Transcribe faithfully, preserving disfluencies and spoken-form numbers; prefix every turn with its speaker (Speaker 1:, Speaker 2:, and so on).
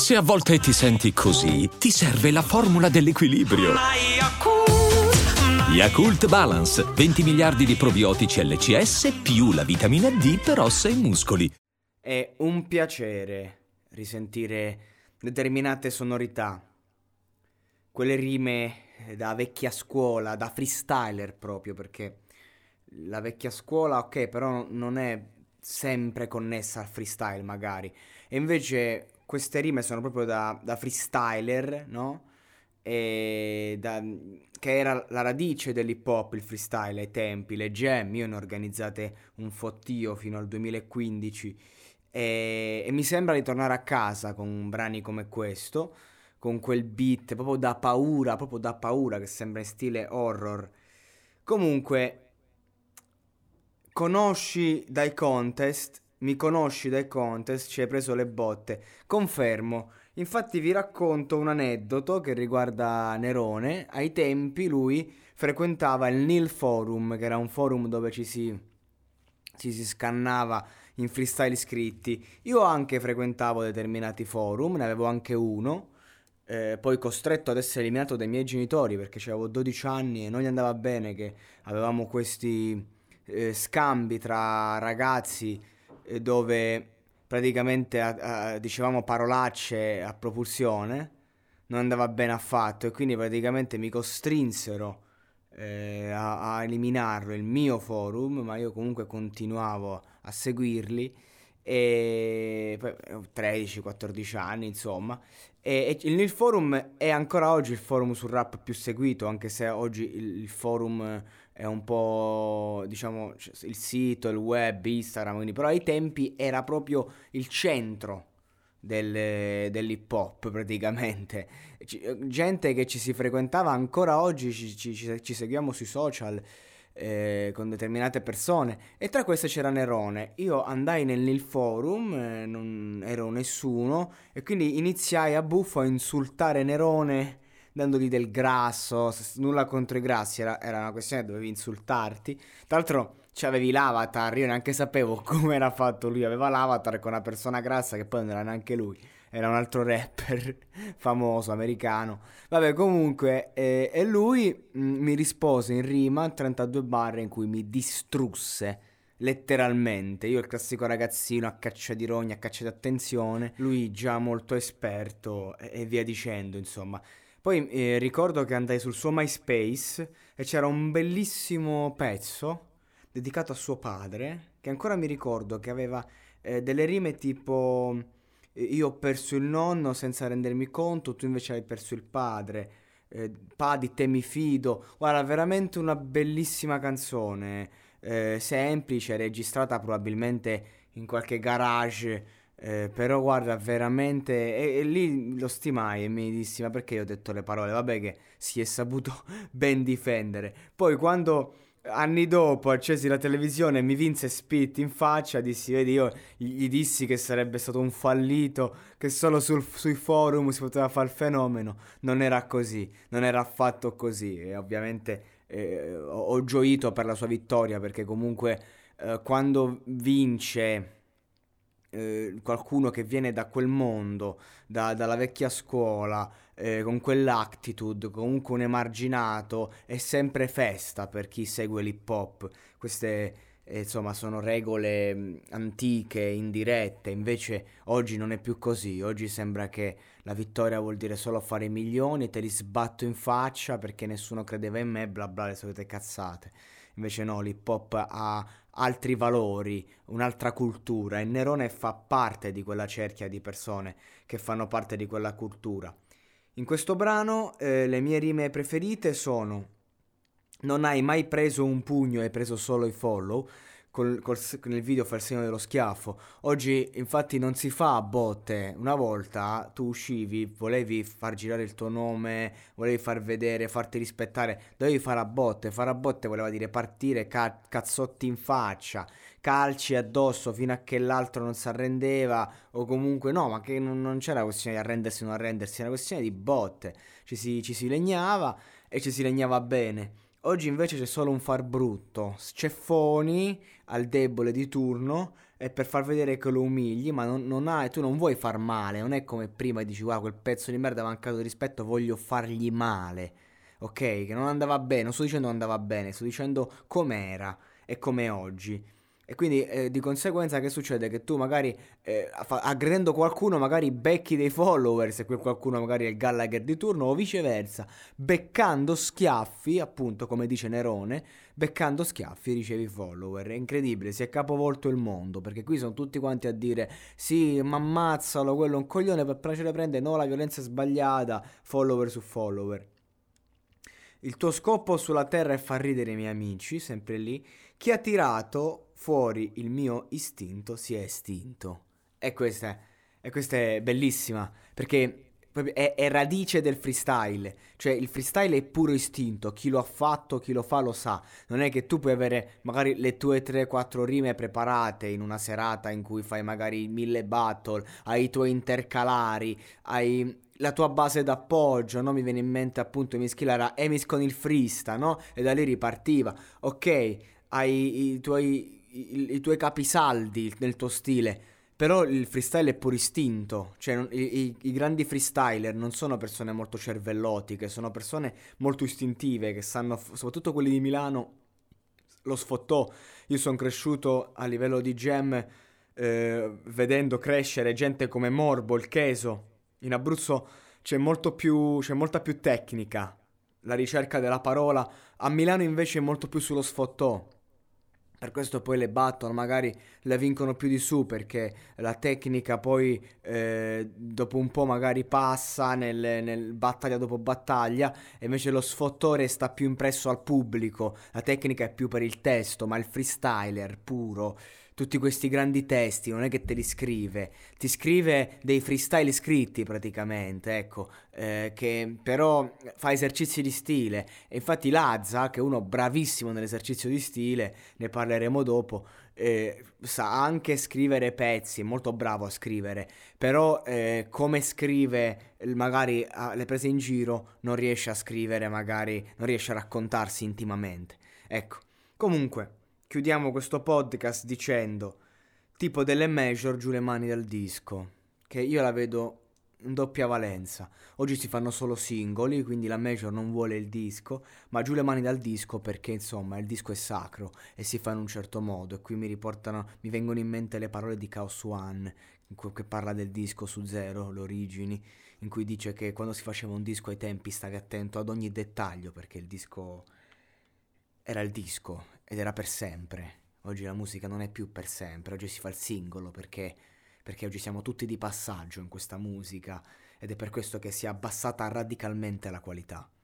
Speaker 1: Se a volte ti senti così, ti serve la formula dell'equilibrio. Yakult Balance, venti miliardi di probiotici L C S più la vitamina D per ossa e muscoli.
Speaker 2: È un piacere risentire determinate sonorità, quelle rime da vecchia scuola, da freestyler proprio, perché la vecchia scuola, ok, però non è sempre connessa al freestyle magari, e invece queste rime sono proprio da, da freestyler, no? E da, che era la radice dell'hip hop, il freestyle ai tempi, le jam, io ne ho organizzate un fottio fino al duemilaquindici e, e mi sembra di tornare a casa con brani come questo, con quel beat proprio da paura, proprio da paura, che sembra in stile horror. Comunque, conosci dai contest, mi conosci dai contest, ci hai preso le botte, confermo. Infatti vi racconto un aneddoto che riguarda Nerone. Ai tempi lui frequentava il Nil Forum, che era un forum dove ci si, ci si scannava in freestyle scritti. Io anche frequentavo determinati forum, ne avevo anche uno, eh, poi costretto ad essere eliminato dai miei genitori perché avevo dodici anni e non gli andava bene che avevamo questi eh, scambi tra ragazzi eh, dove praticamente a- a- dicevamo parolacce a propulsione, non andava bene affatto e quindi praticamente mi costrinsero eh, a, a eliminarlo, il mio forum, ma io comunque continuavo a seguirli e poi eh, tredici quattordici anni insomma e, e il Nil Forum è ancora oggi il forum sul rap più seguito, anche se oggi il, il forum è un po', diciamo, c- il sito, il web, Instagram, quindi, però ai tempi era proprio il centro del- dell'hip hop praticamente. Ci- gente che ci si frequentava ancora oggi, ci, ci- ci- ci seguiamo sui social eh, con determinate persone e tra queste c'era Nerone. Io andai nel, nel forum, eh, non ero nessuno e quindi iniziai a buffo a insultare Nerone dandogli del grasso, s- nulla contro i grassi, era, era una questione che dovevi insultarti. Tra l'altro c'avevi l'avatar, io neanche sapevo come era fatto lui, aveva l'avatar con una persona grassa che poi non era neanche lui, era un altro rapper famoso, americano. Vabbè, comunque, eh, e lui mh, mi rispose in rima trentadue barre in cui mi distrusse. Letteralmente, io il classico ragazzino a caccia di rogna, a caccia di attenzione, lui già molto esperto e, e via dicendo, insomma. Poi eh, ricordo che andai sul suo MySpace e c'era un bellissimo pezzo dedicato a suo padre, che ancora mi ricordo che aveva eh, delle rime tipo eh, io ho perso il nonno senza rendermi conto, tu invece hai perso il padre, eh, pa di te mi fido, guarda, veramente una bellissima canzone, eh, semplice, registrata probabilmente in qualche garage, eh, però guarda, veramente, e, e lì lo stimai e mi dissi, ma perché io ho detto le parole? Vabbè che si è saputo ben difendere. Poi quando anni dopo accesi la televisione e mi vinse Spit in faccia, dissi, vedi, io gli gli dissi che sarebbe stato un fallito, che solo sul- sui forum si poteva fare il fenomeno. Non era così, non era affatto così. E ovviamente eh, ho, ho gioito per la sua vittoria, perché comunque eh, quando vince eh, qualcuno che viene da quel mondo, da- dalla vecchia scuola, eh, con quell'attitude, comunque un emarginato, è sempre festa per chi segue l'hip hop. Queste, eh, insomma, sono regole mh, antiche, indirette, invece oggi non è più così. Oggi sembra che la vittoria vuol dire solo fare milioni, te li sbatto in faccia perché nessuno credeva in me, bla bla, le solite cazzate. Invece no, l'hip hop ha altri valori, un'altra cultura e Nerone fa parte di quella cerchia di persone che fanno parte di quella cultura. In questo brano eh, le mie rime preferite sono: non hai mai preso un pugno, hai preso solo i follow. Col, col, con il video fa il segno dello schiaffo. Oggi infatti non si fa a botte. Una volta tu uscivi, volevi far girare il tuo nome, volevi far vedere, farti rispettare, dovevi fare a botte. Fare a botte voleva dire partire ca- cazzotti in faccia, calci addosso fino a che l'altro non si arrendeva, o comunque no, ma che non, non c'era questione di arrendersi o non arrendersi, era una questione di botte. Ci si, ci si legnava e ci si legnava bene. Oggi invece c'è solo un far brutto, sceffoni al debole di turno è per far vedere che lo umigli, ma non, non hai, tu non vuoi far male, non è come prima e dici guarda quel pezzo di merda ha mancato di rispetto, voglio fargli male, ok? Che non andava bene, non sto dicendo andava bene, sto dicendo com'era e com'è oggi. E quindi eh, di conseguenza che succede? Che tu magari eh, fa- aggredendo qualcuno magari becchi dei followers e quel qualcuno magari è il Gallagher di turno o viceversa, beccando schiaffi, appunto come dice Nerone, beccando schiaffi ricevi follower. È incredibile, si è capovolto il mondo, perché qui sono tutti quanti a dire sì, ma ammazzalo, quello è un coglione, per ce le prende, no, la violenza è sbagliata, follower su follower. Il tuo scopo sulla terra è far ridere i miei amici, sempre lì. Chi ha tirato fuori il mio istinto si è estinto. E questa è, e questa è bellissima, perché proprio è, è radice del freestyle. Cioè il freestyle è puro istinto, chi lo ha fatto, chi lo fa lo sa. Non è che tu puoi avere magari le tue tre quattro rime preparate in una serata in cui fai magari mille battle, hai i tuoi intercalari, hai la tua base d'appoggio, no? Mi viene in mente appunto Emischila era Emis con il freestyle, no? E da lì ripartiva. Ok, hai i tuoi, i, i tuoi capisaldi nel tuo stile, però il freestyle è puro istinto, cioè non- i, i- i grandi freestyler non sono persone molto cervellotiche, sono persone molto istintive che sanno, f- soprattutto quelli di Milano, lo sfottò. Io sono cresciuto a livello di jam eh, vedendo crescere gente come Morbo, il Cheso. In Abruzzo c'è molto più, c'è molta più tecnica, la ricerca della parola. A Milano invece è molto più sullo sfottò. Per questo poi le battle magari le vincono più di su perché la tecnica poi eh, dopo un po' magari passa nel, nel battaglia dopo battaglia e invece lo sfottore sta più impresso al pubblico, la tecnica è più per il testo, ma il freestyler puro, tutti questi grandi testi non è che te li scrive, ti scrive dei freestyle scritti praticamente, ecco, eh, che però fa esercizi di stile e infatti Lazza, che è uno bravissimo nell'esercizio di stile, ne parleremo dopo, eh, sa anche scrivere pezzi, è molto bravo a scrivere, però eh, come scrive eh, magari ah, le prese in giro non riesce a scrivere, magari non riesce a raccontarsi intimamente. Ecco, comunque, chiudiamo questo podcast dicendo, tipo delle major giù le mani dal disco, che io la vedo in doppia valenza. Oggi si fanno solo singoli, quindi la major non vuole il disco, ma giù le mani dal disco perché insomma il disco è sacro e si fa in un certo modo e qui mi riportano, mi vengono in mente le parole di Chaos One in cui- che parla del disco su Zero, le origini, in cui dice che quando si faceva un disco ai tempi stavi attento ad ogni dettaglio perché il disco era il disco ed era per sempre. Oggi la musica non è più per sempre, oggi si fa il singolo perché perché oggi siamo tutti di passaggio in questa musica ed è per questo che si è abbassata radicalmente la qualità.